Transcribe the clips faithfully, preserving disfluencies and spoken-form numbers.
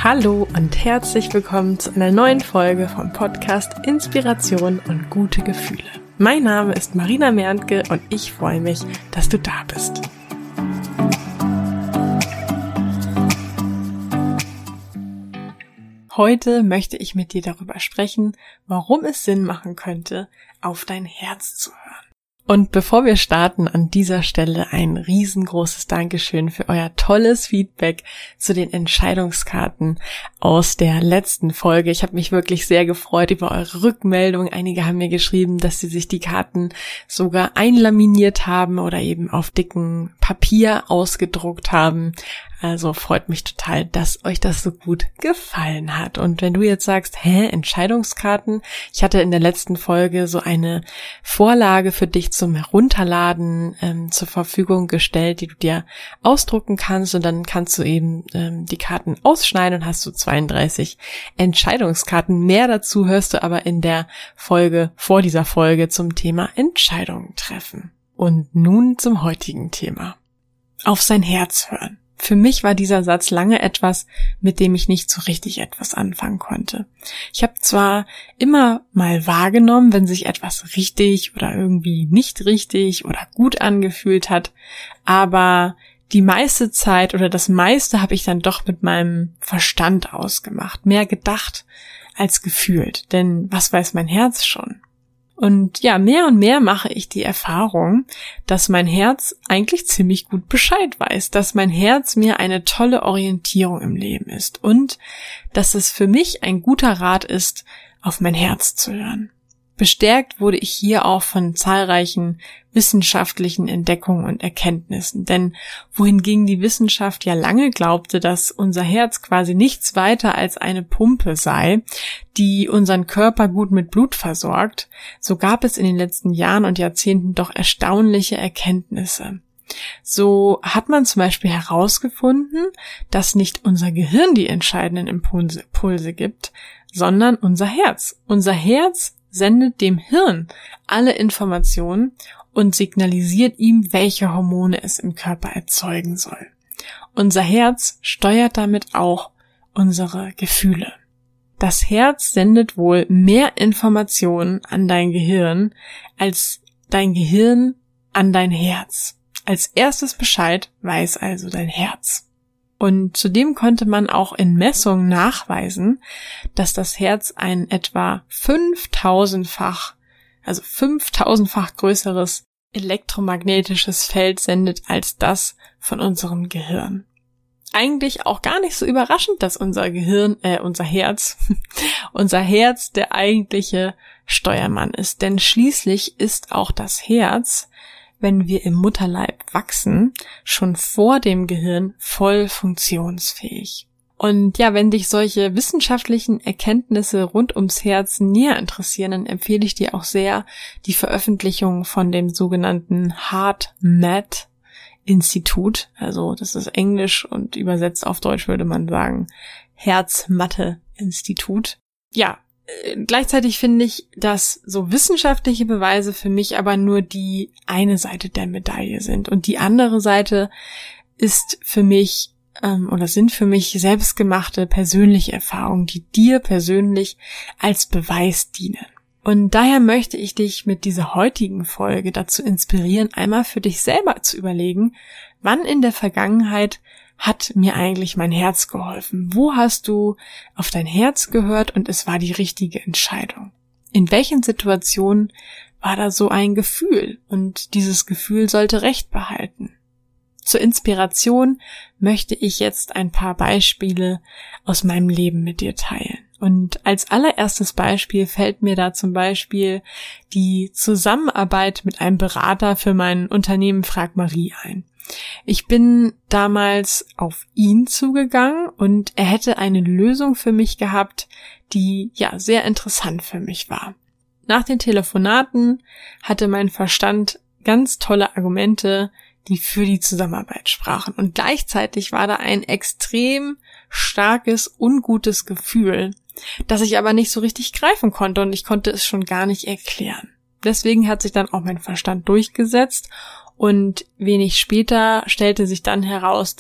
Hallo und herzlich willkommen zu einer neuen Folge vom Podcast Inspiration und gute Gefühle. Mein Name ist Marina Merntke und ich freue mich, dass du da bist. Heute möchte ich mit dir darüber sprechen, warum es Sinn machen könnte, auf dein Herz zu hören. Und bevor wir starten, an dieser Stelle ein riesengroßes Dankeschön für euer tolles Feedback zu den Entscheidungskarten aus der letzten Folge. Ich habe mich wirklich sehr gefreut über eure Rückmeldung. Einige haben mir geschrieben, dass sie sich die Karten sogar einlaminiert haben oder eben auf dicken Papier ausgedruckt haben. Also freut mich total, dass euch das so gut gefallen hat. Und wenn du jetzt sagst, hä, Entscheidungskarten? Ich hatte in der letzten Folge so eine Vorlage für dich zum Herunterladen ähm, zur Verfügung gestellt, die du dir ausdrucken kannst. Und dann kannst du eben ähm, die Karten ausschneiden und hast du zweiunddreißig Entscheidungskarten. Mehr dazu hörst du aber in der Folge vor dieser Folge zum Thema Entscheidungen treffen. Und nun zum heutigen Thema. Auf sein Herz hören. Für mich war dieser Satz lange etwas, mit dem ich nicht so richtig etwas anfangen konnte. Ich habe zwar immer mal wahrgenommen, wenn sich etwas richtig oder irgendwie nicht richtig oder gut angefühlt hat, aber die meiste Zeit oder das meiste habe ich dann doch mit meinem Verstand ausgemacht, mehr gedacht als gefühlt, denn was weiß mein Herz schon? Und ja, mehr und mehr mache ich die Erfahrung, dass mein Herz eigentlich ziemlich gut Bescheid weiß, dass mein Herz mir eine tolle Orientierung im Leben ist und dass es für mich ein guter Rat ist, auf mein Herz zu hören. Bestärkt wurde ich hier auch von zahlreichen wissenschaftlichen Entdeckungen und Erkenntnissen, denn wohingegen die Wissenschaft ja lange glaubte, dass unser Herz quasi nichts weiter als eine Pumpe sei, die unseren Körper gut mit Blut versorgt, so gab es in den letzten Jahren und Jahrzehnten doch erstaunliche Erkenntnisse. So hat man zum Beispiel herausgefunden, dass nicht unser Gehirn die entscheidenden Impulse, Impulse gibt, sondern unser Herz. Unser Herz sendet dem Hirn alle Informationen und signalisiert ihm, welche Hormone es im Körper erzeugen soll. Unser Herz steuert damit auch unsere Gefühle. Das Herz sendet wohl mehr Informationen an dein Gehirn, als dein Gehirn an dein Herz. Als erstes Bescheid weiß also dein Herz. Und zudem konnte man auch in Messungen nachweisen, dass das Herz ein etwa fünftausendfach, also fünftausendfach größeres elektromagnetisches Feld sendet als das von unserem Gehirn. Eigentlich auch gar nicht so überraschend, dass unser Gehirn, äh, unser Herz, unser Herz der eigentliche Steuermann ist. Denn schließlich ist auch das Herz, wenn wir im Mutterleib wachsen, schon vor dem Gehirn voll funktionsfähig. Und ja, wenn dich solche wissenschaftlichen Erkenntnisse rund ums Herz näher interessieren, dann empfehle ich dir auch sehr die Veröffentlichung von dem sogenannten HeartMath-Institut. Also das ist Englisch und übersetzt auf Deutsch würde man sagen Herzmathe-Institut. Ja, gleichzeitig finde ich, dass so wissenschaftliche Beweise für mich aber nur die eine Seite der Medaille sind. Und die andere Seite ist für mich ähm, oder sind für mich selbstgemachte persönliche Erfahrungen, die dir persönlich als Beweis dienen. Und daher möchte ich dich mit dieser heutigen Folge dazu inspirieren, einmal für dich selber zu überlegen, wann in der Vergangenheit hat mir eigentlich mein Herz geholfen? Wo hast du auf dein Herz gehört und es war die richtige Entscheidung? In welchen Situationen war da so ein Gefühl und dieses Gefühl sollte Recht behalten? Zur Inspiration möchte ich jetzt ein paar Beispiele aus meinem Leben mit dir teilen. Und als allererstes Beispiel fällt mir da zum Beispiel die Zusammenarbeit mit einem Berater für mein Unternehmen Frag Marie ein. Ich bin damals auf ihn zugegangen und er hätte eine Lösung für mich gehabt, die ja sehr interessant für mich war. Nach den Telefonaten hatte mein Verstand ganz tolle Argumente, die für die Zusammenarbeit sprachen. Und gleichzeitig war da ein extrem starkes, ungutes Gefühl, das ich aber nicht so richtig greifen konnte und ich konnte es schon gar nicht erklären. Deswegen hat sich dann auch mein Verstand durchgesetzt und wenig später stellte sich dann heraus, dass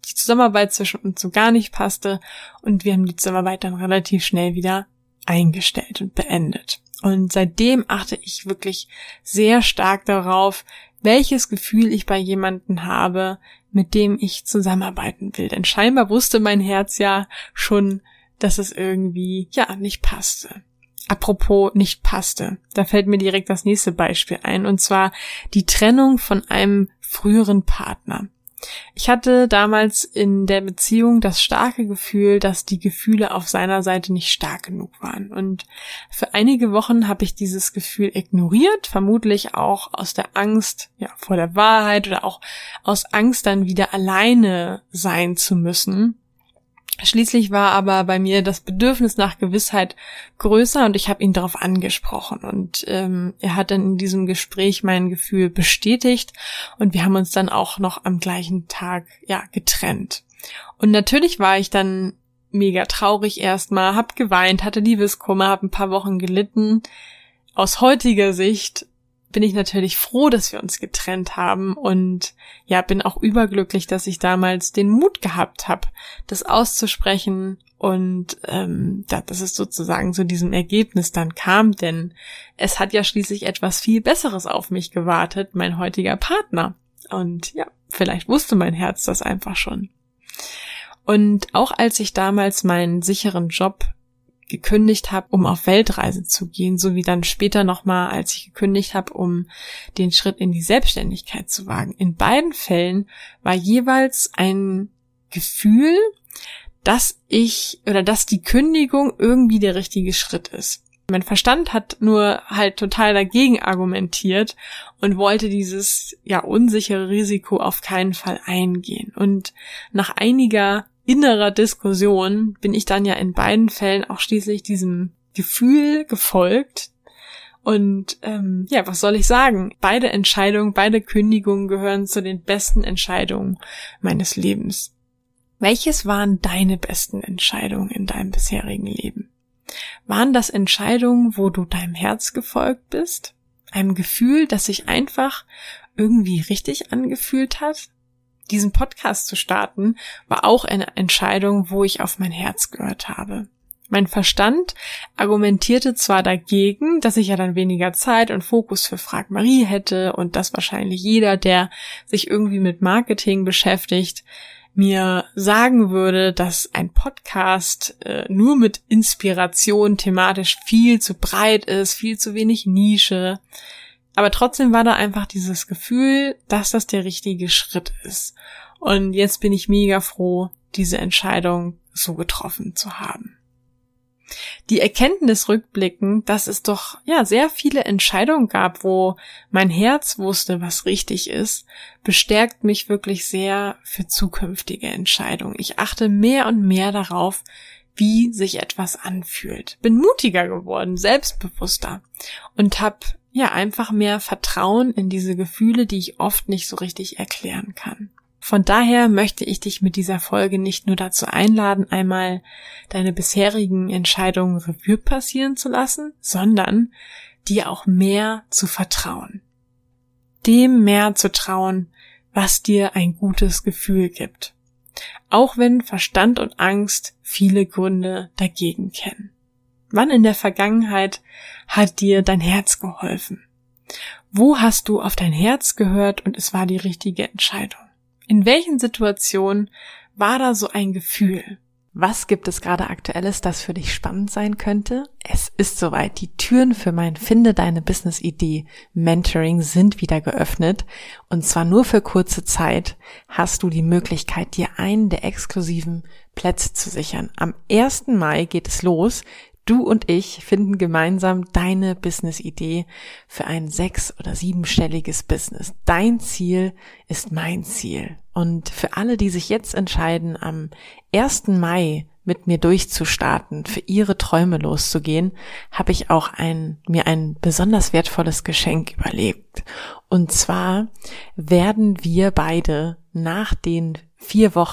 die Zusammenarbeit zwischen uns so gar nicht passte und wir haben die Zusammenarbeit dann relativ schnell wieder eingestellt und beendet. Und seitdem achte ich wirklich sehr stark darauf, welches Gefühl ich bei jemandem habe, mit dem ich zusammenarbeiten will. Denn scheinbar wusste mein Herz ja schon, dass es irgendwie, ja, nicht passte. Apropos nicht passte, da fällt mir direkt das nächste Beispiel ein, und zwar die Trennung von einem früheren Partner. Ich hatte damals in der Beziehung das starke Gefühl, dass die Gefühle auf seiner Seite nicht stark genug waren. Und für einige Wochen habe ich dieses Gefühl ignoriert, vermutlich auch aus der Angst, ja, vor der Wahrheit oder auch aus Angst, dann wieder alleine sein zu müssen. Schließlich war aber bei mir das Bedürfnis nach Gewissheit größer und ich habe ihn darauf angesprochen und ähm, er hat dann in diesem Gespräch mein Gefühl bestätigt und wir haben uns dann auch noch am gleichen Tag ja getrennt. Und natürlich war ich dann mega traurig erstmal, hab geweint, hatte Liebeskummer, hab ein paar Wochen gelitten. Aus heutiger Sicht bin ich natürlich froh, dass wir uns getrennt haben und ja, bin auch überglücklich, dass ich damals den Mut gehabt habe, das auszusprechen und ähm, dass es sozusagen zu diesem Ergebnis dann kam, denn es hat ja schließlich etwas viel Besseres auf mich gewartet, mein heutiger Partner. Und ja, vielleicht wusste mein Herz das einfach schon. Und auch als ich damals meinen sicheren Job gekündigt habe, um auf Weltreise zu gehen, sowie dann später nochmal, als ich gekündigt habe, um den Schritt in die Selbstständigkeit zu wagen. In beiden Fällen war jeweils ein Gefühl, dass ich oder dass die Kündigung irgendwie der richtige Schritt ist. Mein Verstand hat nur halt total dagegen argumentiert und wollte dieses ja unsichere Risiko auf keinen Fall eingehen. Und nach einiger innerer Diskussion bin ich dann ja in beiden Fällen auch schließlich diesem Gefühl gefolgt. Und ähm, ja, was soll ich sagen? Beide Entscheidungen, beide Kündigungen gehören zu den besten Entscheidungen meines Lebens. Welches waren deine besten Entscheidungen in deinem bisherigen Leben? Waren das Entscheidungen, wo du deinem Herz gefolgt bist? Einem Gefühl, das sich einfach irgendwie richtig angefühlt hat? Diesen Podcast zu starten, war auch eine Entscheidung, wo ich auf mein Herz gehört habe. Mein Verstand argumentierte zwar dagegen, dass ich ja dann weniger Zeit und Fokus für Frag Marie hätte und dass wahrscheinlich jeder, der sich irgendwie mit Marketing beschäftigt, mir sagen würde, dass ein Podcast äh, nur mit Inspiration thematisch viel zu breit ist, viel zu wenig Nische. Aber trotzdem war da einfach dieses Gefühl, dass das der richtige Schritt ist. Und jetzt bin ich mega froh, diese Entscheidung so getroffen zu haben. Die Erkenntnis rückblickend, dass es doch ja sehr viele Entscheidungen gab, wo mein Herz wusste, was richtig ist, bestärkt mich wirklich sehr für zukünftige Entscheidungen. Ich achte mehr und mehr darauf, wie sich etwas anfühlt. Bin mutiger geworden, selbstbewusster und habe ja einfach mehr Vertrauen in diese Gefühle, die ich oft nicht so richtig erklären kann. Von daher möchte ich dich mit dieser Folge nicht nur dazu einladen, einmal deine bisherigen Entscheidungen Revue passieren zu lassen, sondern dir auch mehr zu vertrauen. Dem mehr zu trauen, was dir ein gutes Gefühl gibt. Auch wenn Verstand und Angst viele Gründe dagegen kennen. Wann in der Vergangenheit hat dir dein Herz geholfen? Wo hast du auf dein Herz gehört und es war die richtige Entscheidung? In welchen Situationen war da so ein Gefühl? Was gibt es gerade Aktuelles, das für dich spannend sein könnte? Es ist soweit. Die Türen für mein Finde deine Business-Idee Mentoring sind wieder geöffnet. Und zwar nur für kurze Zeit hast du die Möglichkeit, dir einen der exklusiven Plätze zu sichern. Am ersten Mai geht es los. Du und ich finden gemeinsam deine Business-Idee für ein sechs- oder siebenstelliges Business. Dein Ziel ist mein Ziel. Und für alle, die sich jetzt entscheiden, am ersten Mai mit mir durchzustarten, für ihre Träume loszugehen, habe ich auch ein, mir ein besonders wertvolles Geschenk überlegt. Und zwar werden wir beide nach den vier Wochen,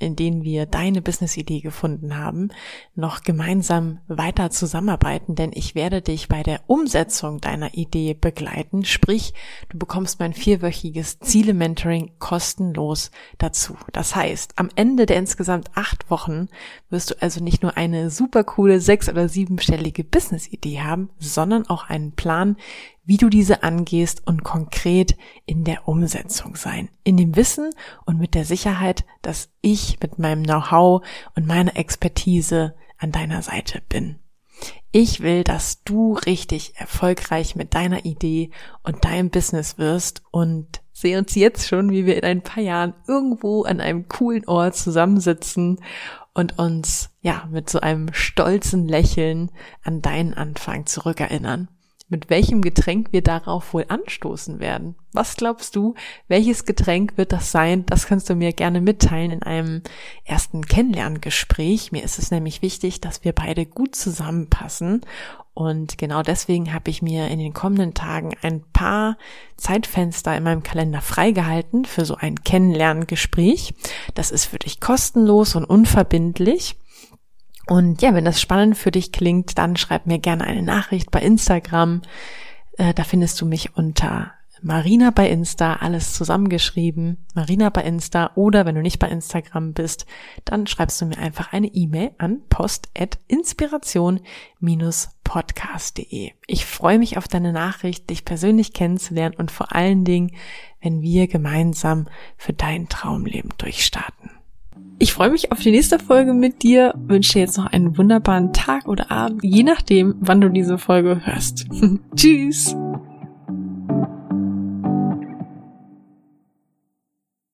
in denen wir deine Business-Idee gefunden haben, noch gemeinsam weiter zusammenarbeiten, denn ich werde dich bei der Umsetzung deiner Idee begleiten. Sprich, du bekommst mein vierwöchiges Ziele-Mentoring kostenlos dazu. Das heißt, am Ende der insgesamt acht Wochen wirst du also nicht nur eine super coole sechs- oder siebenstellige Business-Idee haben, sondern auch einen Plan, wie du diese angehst und konkret in der Umsetzung sein. In dem Wissen und mit der Sicherheit, dass ich mit meinem Know-how und meiner Expertise an deiner Seite bin. Ich will, dass du richtig erfolgreich mit deiner Idee und deinem Business wirst und sehe uns jetzt schon, wie wir in ein paar Jahren irgendwo an einem coolen Ort zusammensitzen und uns, ja, mit so einem stolzen Lächeln an deinen Anfang zurückerinnern. Mit welchem Getränk wir darauf wohl anstoßen werden. Was glaubst du, welches Getränk wird das sein? Das kannst du mir gerne mitteilen in einem ersten Kennenlerngespräch. Mir ist es nämlich wichtig, dass wir beide gut zusammenpassen. Und genau deswegen habe ich mir in den kommenden Tagen ein paar Zeitfenster in meinem Kalender freigehalten für so ein Kennenlerngespräch. Das ist für dich kostenlos und unverbindlich. Und ja, wenn das spannend für dich klingt, dann schreib mir gerne eine Nachricht bei Instagram. Äh, da findest du mich unter Marina bei Insta, alles zusammengeschrieben, Marina bei Insta. Oder wenn du nicht bei Instagram bist, dann schreibst du mir einfach eine E-Mail an post at inspiration dash podcast punkt de. Ich freue mich auf deine Nachricht, dich persönlich kennenzulernen und vor allen Dingen, wenn wir gemeinsam für dein Traumleben durchstarten. Ich freue mich auf die nächste Folge mit dir, wünsche dir jetzt noch einen wunderbaren Tag oder Abend, je nachdem, wann du diese Folge hörst. Tschüss!